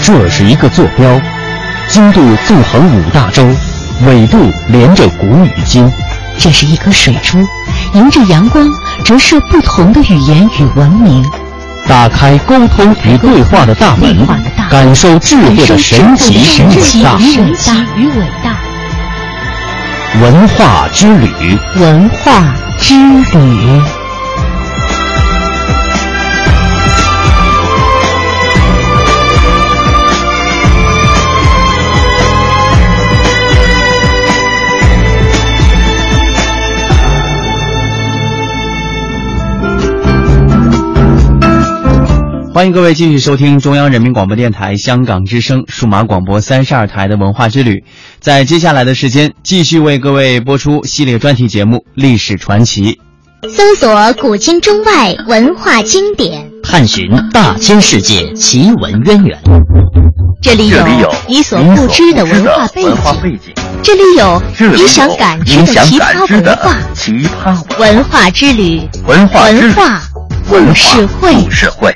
这是一个坐标，经度纵横5大洲，纬度连着古与今。 这是一颗水珠，迎着阳光折射不同的语言与文明。 打开沟通与对话的大门，感受智慧的神奇与伟大。文化之旅， 文化之旅。 欢迎各位继续收听中央人民广播电台香港之声数码广播32台的文化之旅。在接下来的时间，继续为各位播出系列专题节目《历史传奇》， 搜索古今中外文化经典， 探寻大千世界奇闻渊源。 这里有你所不知的文化背景，这里有你想感知的奇葩文化。文化之旅，文化故事会。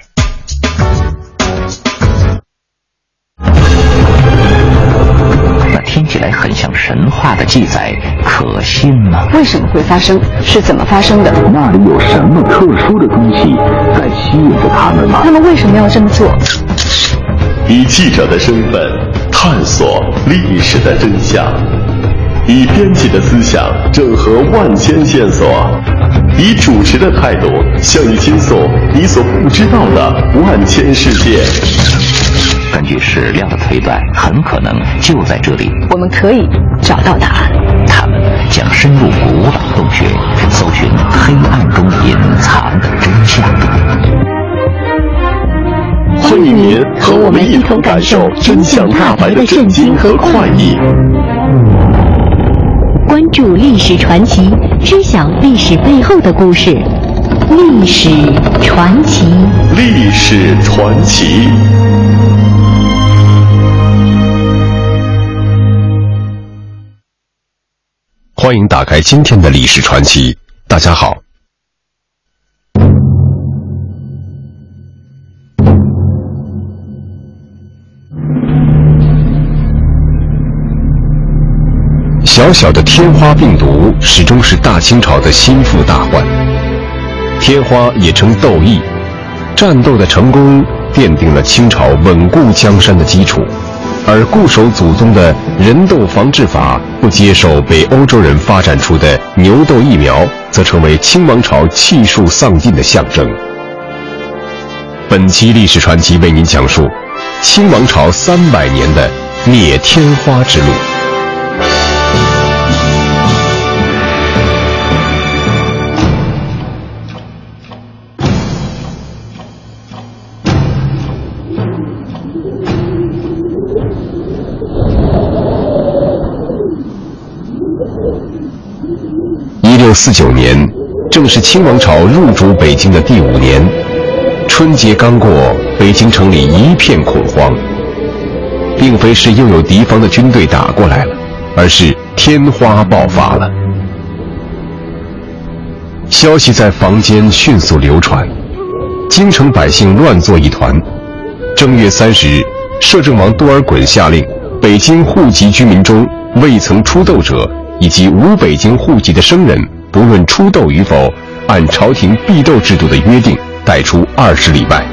那听起来很像神话的记载，可信吗？ 为什么会发生？是怎么发生的？ 那里有什么特殊的东西在吸引着他们吗？ 他们为什么要这么做？ 以记者的身份探索历史的真相，以编辑的思想整合万千线索，以主持的态度向你倾诉你所不知道的万千世界。 根据史料的推断，很可能就在这里， 我们可以找到答案。 他们将深入古老洞穴，搜寻黑暗中隐藏的真相。 欢迎您和我们一同感受真相大白的震惊和快意。 关注历史传奇，知晓历史背后的故事。历史传奇， 历史传奇。 欢迎打开今天的历史传奇。大家好，小小的天花病毒始终是大清朝的心腹大患。天花也称斗役，战斗的成功奠定了清朝稳固江山的基础，而固守祖宗的人痘防治法不接受被欧洲人发展出的牛痘疫苗，则成为清王朝气数丧尽的象征。本期历史传奇为您讲述清王朝300年的灭天花之路。1649年，正是清王朝入主北京的第5年。春节刚过，北京城里一片恐慌，并非是又有敌方的军队打过来了，而是天花爆发了。消息在坊间迅速流传，京城百姓乱作一团。正月30日，摄政王多尔衮下令，北京户籍居民中未曾出斗者以及无北京户籍的生人，不论出斗与否，按朝廷必斗制度的约定，带出20里外。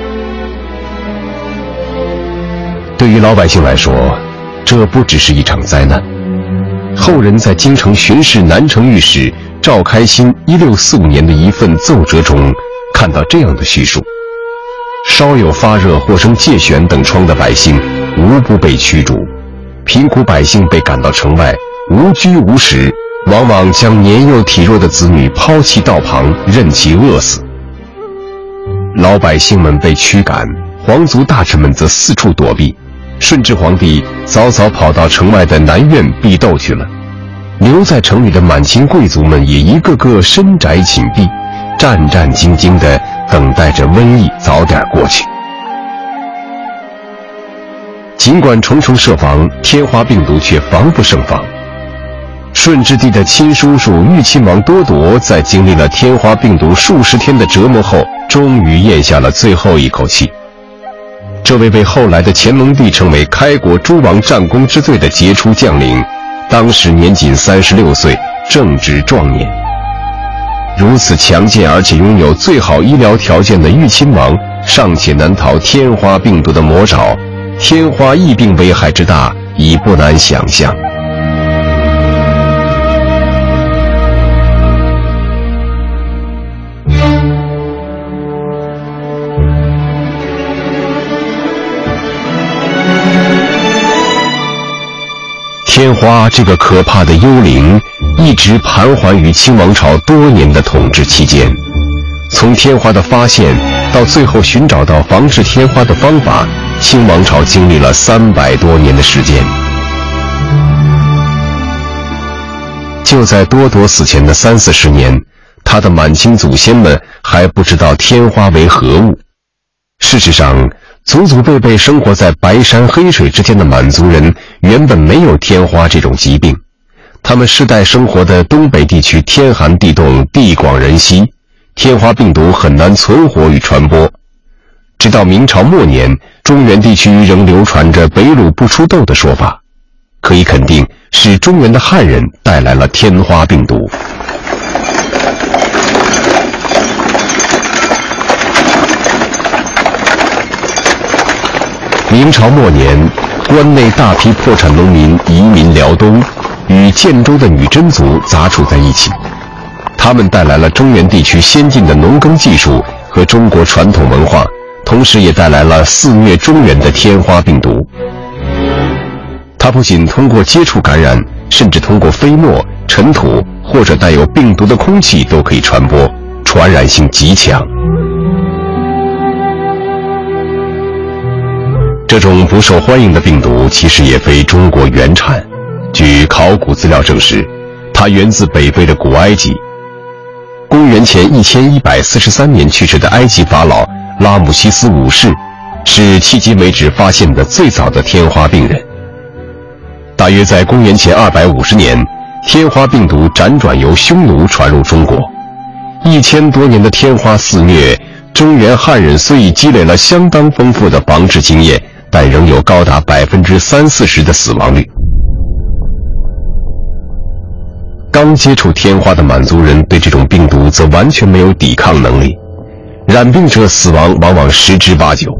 对于老百姓来说，这不只是一场灾难。后人在京城巡视南城御史赵开新1645年的一份奏折中，看到这样的叙述：稍有发热或生疥癣等疮的百姓，无不被驱逐；贫苦百姓被赶到城外，无居无食，往往将年幼体弱的子女抛弃道旁，任其饿死。老百姓们被驱赶，皇族大臣们则四处躲避。顺治皇帝早早跑到城外的南苑避斗去了，留在城里的满清贵族们也一个个深宅紧闭，战战兢兢地等待着瘟疫早点过去。尽管重重设防，天花病毒却防不胜防。顺治帝的亲叔叔裕亲王多铎在经历了天花病毒数十天的折磨后，终于咽下了最后一口气。 这位被后来的乾隆帝称为开国诸王战功之最的杰出将领，当时年仅36岁，正值壮年。如此强健而且拥有最好医疗条件的裕亲王，尚且难逃天花病毒的魔爪，天花疫病危害之大，已不难想象。天花这个可怕的幽灵一直盘桓于清王朝多年的统治期间，从天花的发现到最后寻找到防治天花的方法，清王朝经历了300多年的时间。就在多铎死前的30-40年，他的满清祖先们还不知道天花为何物。事实上，祖祖辈辈生活在白山黑水之间的满族人原本没有天花这种疾病，他们世代生活的东北地区天寒地冻，地广人稀，天花病毒很难存活与传播。直到明朝末年，中原地区仍流传着北虏不出痘的说法，可以肯定是中原的汉人带来了天花病毒。明朝末年，关内大批破产农民移民辽东，与建州的女真族杂处在一起。他们带来了中原地区先进的农耕技术和中国传统文化，同时也带来了肆虐中原的天花病毒。它不仅通过接触感染，甚至通过飞沫、尘土或者带有病毒的空气都可以传播，传染性极强。这种不受欢迎的病毒其实也非中国原产，据考古资料证实，它源自北非的古埃及。公元前1143年去世的埃及法老拉姆西斯5世，是迄今为止发现的最早的天花病人。大约在公元前250年，天花病毒辗转由匈奴传入中国。1000多年的天花肆虐，中原汉人虽已积累了相当丰富的防治经验，但仍有高达30-40%的死亡率。刚接触天花的满族人对这种病毒则完全没有抵抗能力，染病者死亡往往10之8九。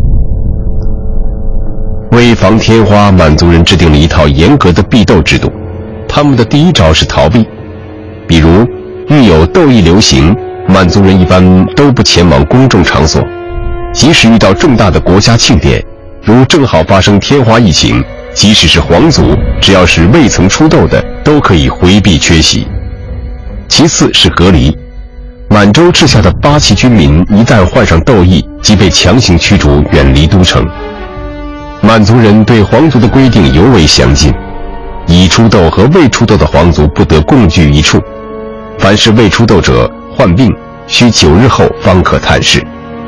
为防天花，满族人制定了一套严格的避痘制度。他们的第一招是逃避，比如遇有痘疫流行，满族人一般都不前往公众场所，即使遇到重大的国家庆典，如正好发生天花疫情，即使是皇族，只要是未曾出痘的，都可以回避缺席。其次是隔离，满洲治下的八旗军民一旦患上痘疫，即被强行驱逐远离都城。满族人对皇族的规定尤为详尽，已出痘和未出痘的皇族不得共聚一处，凡是未出痘者患病，需9日后方可探视。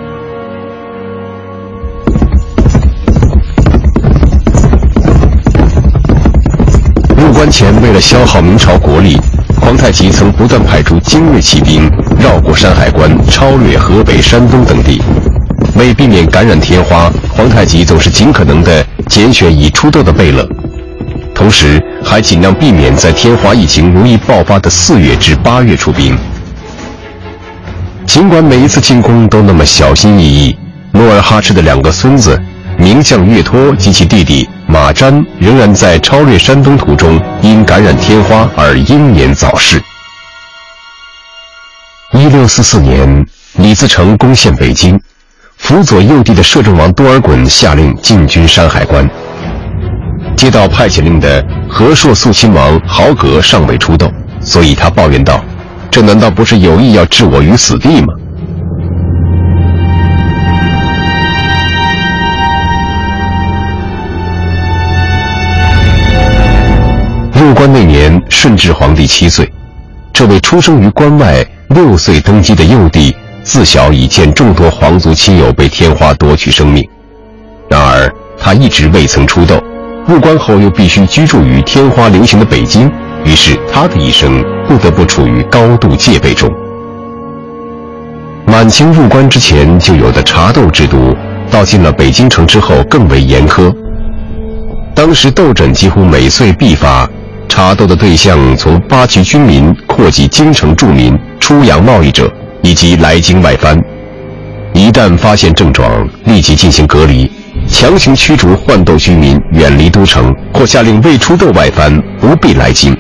入关前，为了消耗明朝国力，皇太极曾不断派出精锐骑兵绕过山海关，超越河北、山东等地。为避免感染天花，皇太极总是尽可能地拣选已出痘的贝勒，同时还尽量避免在天花疫情容易爆发的4月至8月出兵。尽管每一次进攻都那么小心翼翼，努尔哈赤的2个孙子名将岳托及其弟弟马瞻仍然在超越山东途中因感染天花而英年早逝。1644年，李自成攻陷北京，辅佐右帝的摄政王多尔衮下令进军山海关。接到派遣令的和硕肃亲王豪格尚未出痘，所以他抱怨道：“这难道不是有意要置我于死地吗？”入关那年，顺治皇帝7岁，这位出生于关外6岁登基的幼帝，自小已见众多皇族亲友被天花夺取生命。然而他一直未曾出痘，入关后又必须居住于天花流行的北京，于是他的一生不得不处于高度戒备中。满清入关之前就有的查痘制度， 到进了北京城之后更为严苛。当时斗疹几乎每岁必发，查斗的对象从八旗军民扩及京城住民、出洋贸易者以及来京外藩。一旦发现症状，立即进行隔离，强行驱逐患斗居民远离都城，或下令未出斗外藩不必来京。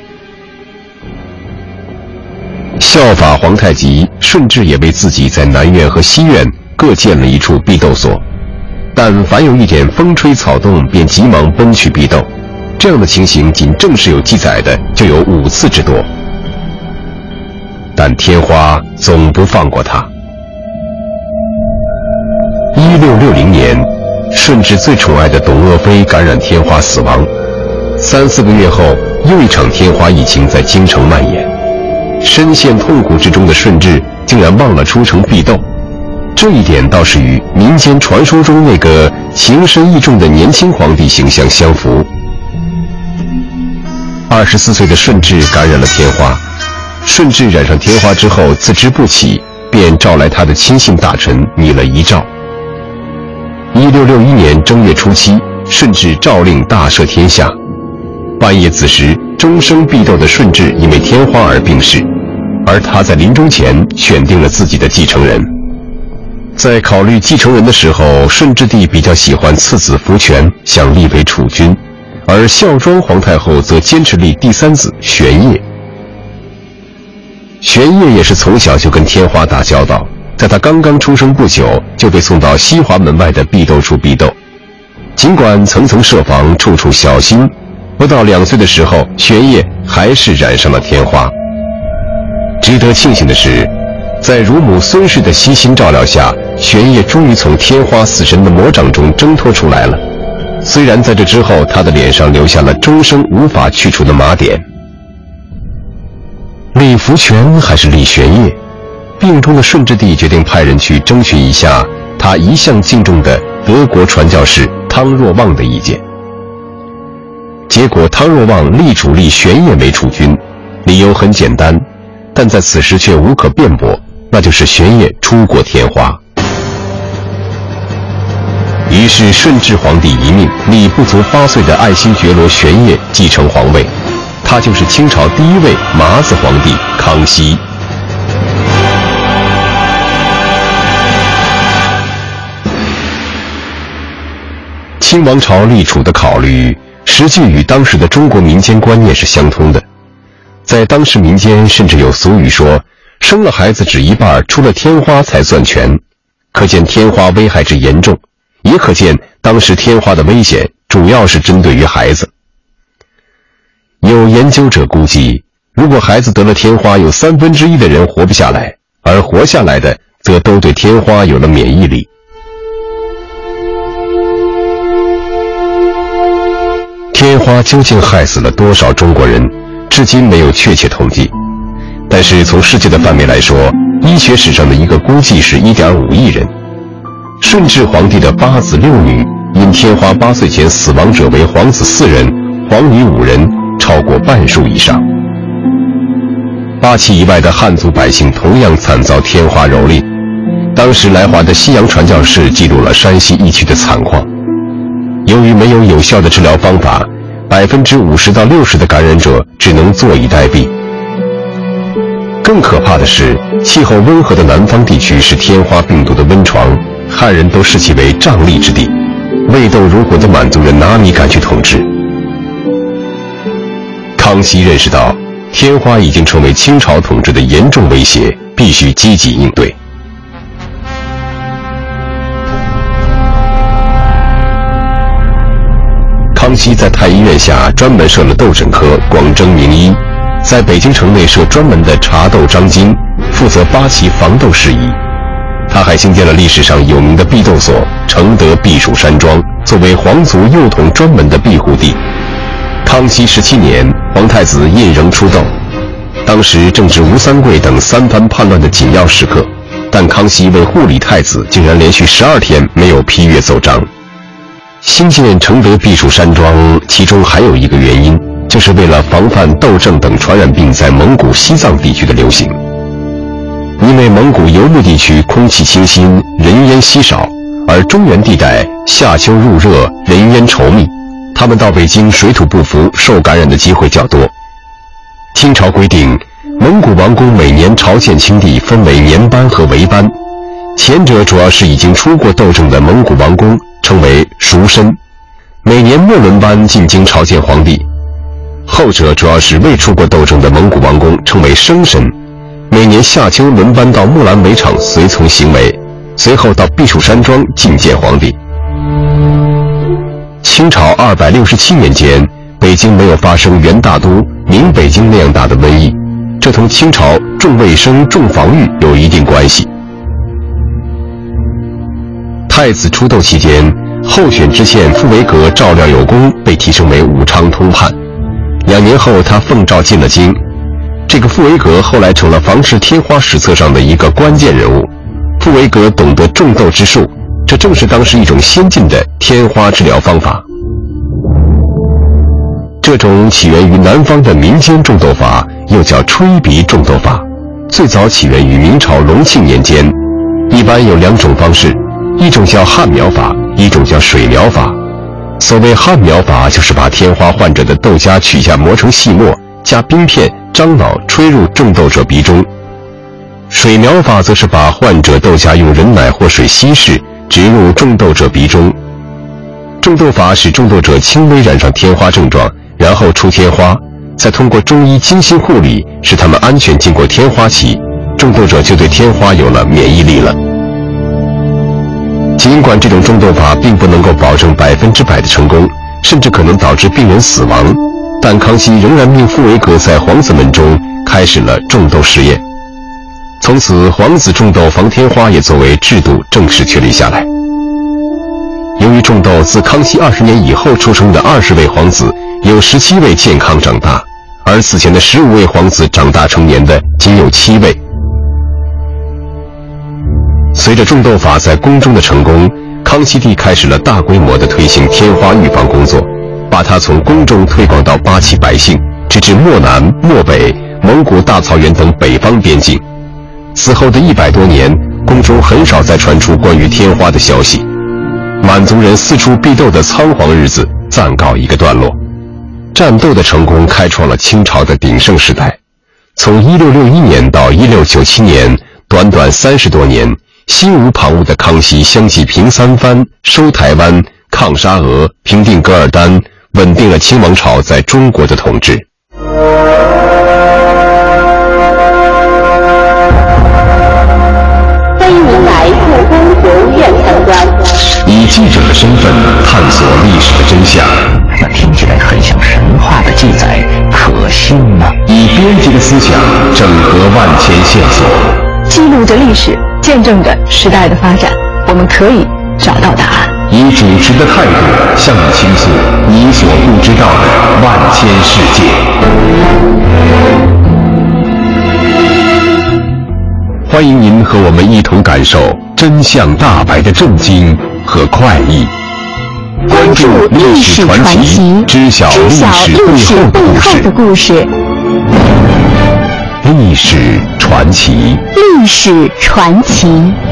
效法皇太极，顺治也为自己在南院和西院各建了一处避斗所，但凡有一点风吹草动，便急忙奔去避斗。这样的情形仅正史有记载的就有5次之多。但天花总不放过他。1660年，顺治最宠爱的董鄂妃感染天花死亡，3、4个月后，又一场天花疫情在京城蔓延。深陷痛苦之中的顺治竟然忘了出城避斗，这一点倒是与民间传说中那个情深意重的年轻皇帝形象相符。24岁的顺治感染了天花，顺治染上天花之后自知不起，便召来他的亲信大臣拟了遗诏。1661年正月初7，顺治诏令大赦天下。半夜子时，终生避斗的顺治因为天花而病逝，而他在临终前选定了自己的继承人。在考虑继承人的时候，顺治帝比较喜欢次子福全，想立为储君，而孝庄皇太后则坚持立第3子玄烨。玄烨也是从小就跟天花打交道，在他刚刚出生不久就被送到西华门外的避斗处避斗。尽管层层设防，处处小心，不到2岁的时候，玄烨还是染上了天花。值得庆幸的是，在乳母孙氏的悉心照料下，玄烨终于从天花死神的魔掌中挣脱出来了。虽然在这之后，他的脸上留下了终生无法去除的麻点。立福全还是立玄烨？病中的顺治帝决定派人去征询一下他一向敬重的德国传教士汤若望的意见。结果汤若望力主立玄烨为储君，理由很简单，但在此时却无可辩驳，那就是玄烨出过天花。于是顺治皇帝遗命，立不足8岁的爱新觉罗玄烨继承皇位，他就是清朝第1位麻子皇帝康熙。清王朝立储的考虑实际与当时的中国民间观念是相通的。在当时民间甚至有俗语说，生了孩子只一半，出了天花才算全，可见天花危害之严重，也可见当时天花的危险主要是针对于孩子。有研究者估计，如果孩子得了天花，有1/3的人活不下来，而活下来的则都对天花有了免疫力。天花究竟害死了多少中国人，至今没有确切统计，但是从世界的范围来说，医学史上的一个估计是1.5亿人。顺治皇帝的8子6女，因天花8岁前死亡者为皇子4人，皇女5人，超过半数以上。8旗以外的汉族百姓同样惨遭天花蹂躏。当时来华的西洋传教士记录了山西疫区的惨况。由于没有有效的治疗方法，50%到60%的感染者只能坐以待毙。更可怕的是，气候温和的南方地区是天花病毒的温床，汉人都视其为瘴疠之地，未斗如火的满族人哪里敢去统治？康熙认识到，天花已经成为清朝统治的严重威胁，必须积极应对。康熙在太医院下专门设了斗诊科，广征名医，在北京城内设专门的查斗章京，负责8旗防斗事宜。他还兴建了历史上有名的避斗所承德避暑山庄，作为皇族幼童专门的庇护地。康熙17年，皇太子胤禛出斗，当时正值吴三桂等3藩叛乱的紧要时刻，但康熙为护理太子，竟然连续12天没有批阅奏章。兴建承德避暑山庄，其中还有一个原因，就是为了防范痘症等传染病在蒙古西藏地区的流行。因为蒙古游牧地区空气清新，人烟稀少，而而中原地带夏秋入热，人烟稠密，他们到北京水土不服，受感染的机会较多。清朝规定，蒙古王公每年朝见清帝分为年班和围班，前者主要是已经出过斗争的蒙古王公，称为赎身，每年末轮班进京朝见皇帝；后者主要是未出过斗争的蒙古王公，称为生身，每年夏秋轮班到木兰围场随从行为，随后到避暑山庄觐见皇帝。清朝267年间，北京没有发生元大都明北京那样大的瘟疫，这同清朝重卫生重防御有一定关系。太子出斗期间，候选知县傅维格照料有功，被提升为武昌通判。2年后，他奉诏进了京。这个傅维格后来成了房事天花史册上的一个关键人物。傅维格懂得种豆之术，这正是当时一种先进的天花治疗方法。这种起源于南方的民间种豆法又叫吹鼻种豆法，最早起源于明朝隆庆年间，一般有2种方式，一种叫旱苗法，一种叫水苗法。所谓旱苗法，就是把天花患者的豆荚取下磨成细末，加冰片、樟脑吹入种豆者鼻中。水苗法则是把患者豆荚用人奶或水稀释，植入种豆者鼻中。种豆法使种豆者轻微染上天花症状，然后出天花，再通过中医精心护理，使他们安全经过天花期，种豆者就对天花有了免疫力了。尽管这种种豆法并不能够保证100%的成功，甚至可能导致病人死亡，但康熙仍然命傅维格在皇子们中开始了种豆实验。从此，皇子种豆防天花也作为制度正式确立下来。由于种豆，自康熙20年以后出生的20位皇子，有17位健康长大，而此前的15位皇子长大成年的仅有7位。随着种豆法在宫中的成功，康熙帝开始了大规模的推行天花预防工作，把它从宫中推广到八旗百姓，直至漠南、漠北、蒙古大草原等北方边境。此后的100多年，宫中很少再传出关于天花的消息，满族人四处避斗的仓皇日子暂告一个段落。战斗的成功开创了清朝的鼎盛时代。从1661年到1697年，短短30多年，心无旁骛的康熙相继平三藩、收台湾、抗沙俄、平定噶尔丹，稳定了清王朝在中国的统治。 欢迎您来故宫博物院参观。 以记者的身份探索历史的真相， 那听起来很像神话的记载，可信吗？ 以编辑的思想整合万千线索， 记录着历史，见证着时代的发展，我们可以找到答案。 以主持的态度向你倾诉你所不知道的万千世界。欢迎您和我们一同感受真相大白的震惊和快意。关注历史传奇，知晓历史背后的故事。历史传奇， 历史传奇。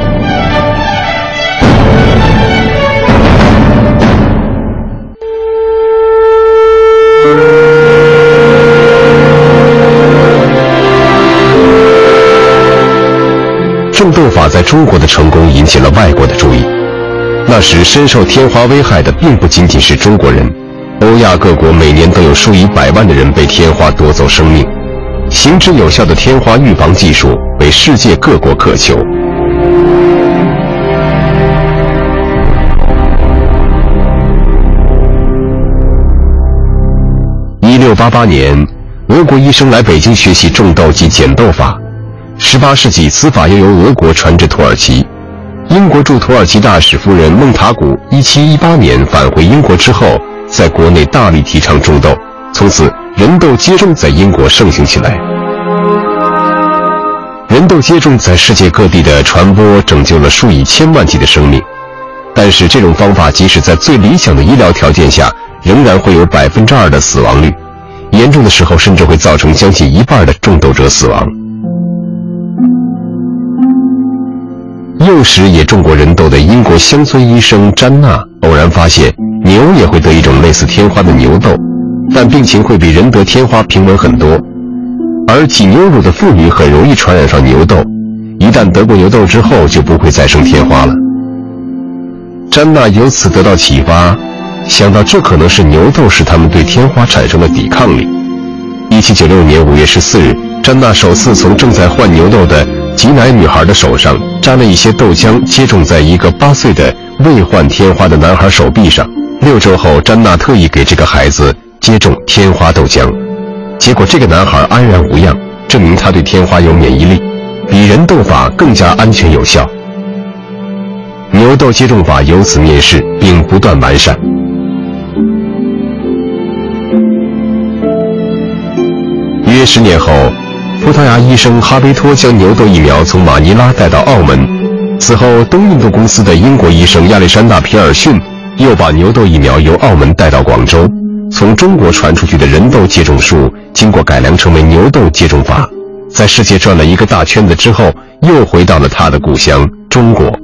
种豆法在中国的成功引起了外国的注意。那时深受天花危害的并不仅仅是中国人，欧亚各国每年都有数以百万的人被天花夺走生命。行之有效的天花预防技术被世界各国渴求。1688年，俄国医生来北京学习种豆及剪豆法。18世纪，此法又由俄国传至土耳其。英国驻土耳其大使夫人孟塔古1718年返回英国之后，在国内大力提倡种豆，从此人豆接种在英国盛行起来。人豆接种在世界各地的传播，拯救了数以千万计的生命。但是这种方法即使在最理想的医疗条件下，仍然会有2%的死亡率，严重的时候甚至会造成将近1半的种豆者死亡。 幼时也种过人痘的英国乡村医生詹娜偶然发现牛也会得一种类似天花的牛痘，但病情会比人得天花平稳很多，而挤牛乳的妇女很容易传染上牛痘，一旦得过牛痘之后就不会再生天花了。詹娜由此得到启发，想到这可能是牛痘使他们对天花产生了抵抗力。1796年5月14日，詹娜首次从正在患牛痘的挤奶女孩的手上沾了一些豆浆，接种在一个8岁的未患天花的男孩手臂上。6周后，詹娜特意给这个孩子接种天花豆浆，结果这个男孩安然无恙，证明他对天花有免疫力，比人痘法更加安全有效。牛痘接种法由此面世，并不断完善。约10年后，葡萄牙医生哈贝托将牛痘疫苗从马尼拉带到澳门。此后，东印度公司的英国医生亚历山大·皮尔逊又把牛痘疫苗由澳门带到广州。从中国传出去的人痘接种术，经过改良成为牛痘接种法，在世界转了一个大圈子之后，又回到了他的故乡中国。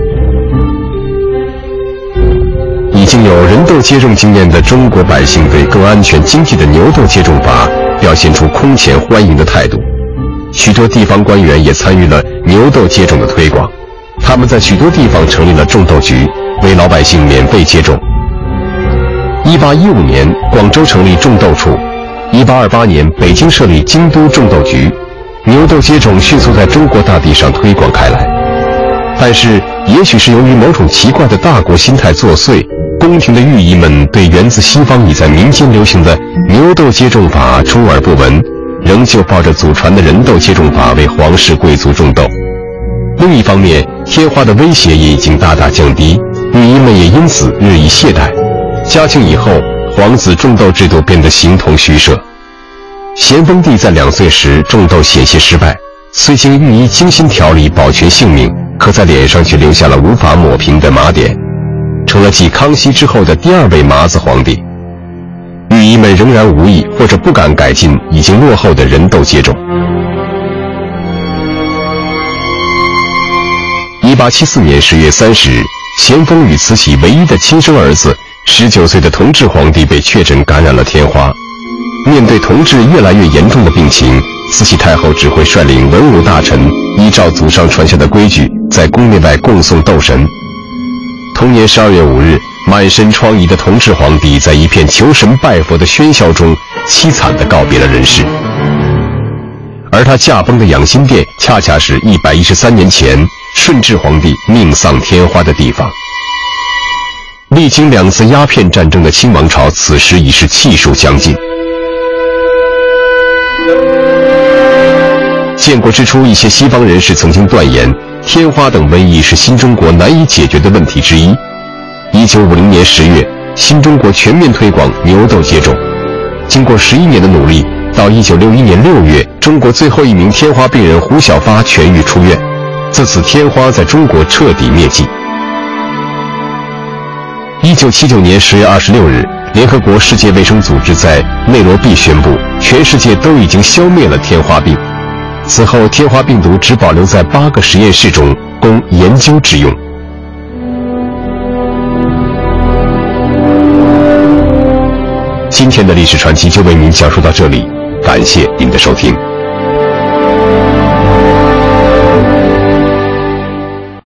已经有人痘接种经验的中国百姓对更安全经济的牛痘接种法表现出空前欢迎的态度，许多地方官员也参与了牛痘接种的推广，他们在许多地方成立了种痘局，为老百姓免费接种。1815年，广州成立种痘处；1828年，北京设立京都种痘局，牛痘接种迅速在中国大地上推广开来。但是，也许是由于某种奇怪的大国心态作祟，宫廷的御医们对源自西方已在民间流行的牛痘接种法充耳不闻，仍旧抱着祖传的人痘接种法为皇室贵族种痘。另一方面，天花的威胁也已经大大降低，御医们也因此日益懈怠。嘉庆以后，皇子种痘制度变得形同虚设。咸丰帝在2岁时种痘险些失败，虽经御医精心调理保全性命，可在脸上却留下了无法抹平的麻点，成了继康熙之后的第2位麻子皇帝。御医们仍然无意或者不敢改进已经落后的人痘接种。1874年10月30日，咸丰与慈禧唯一的亲生儿子19岁的同治皇帝被确诊感染了天花。面对同治越来越严重的病情，慈禧太后只会率领文武大臣依照祖上传下的规矩，在宫内外供送斗神。同年12月5日，满身疮痍的同治皇帝在一片求神拜佛的喧嚣中凄惨地告别了人世。而他驾崩的养心殿恰恰是113年前顺治皇帝命丧天花的地方。历经2次鸦片战争的清王朝此时已是气数将尽。建国之初，一些西方人士曾经断言天花等瘟疫是新中国难以解决的问题之一。1950年10月，新中国全面推广牛痘接种。经过11年的努力，到1961年6月，中国最后一名天花病人胡小发痊愈出院，自此天花在中国彻底灭迹。1979年10月26日，联合国世界卫生组织在内罗毕宣布，全世界都已经消灭了天花病。此后，天花病毒只保留在8个实验室中，供研究之用。今天的历史传奇就为您讲述到这里，感谢您的收听。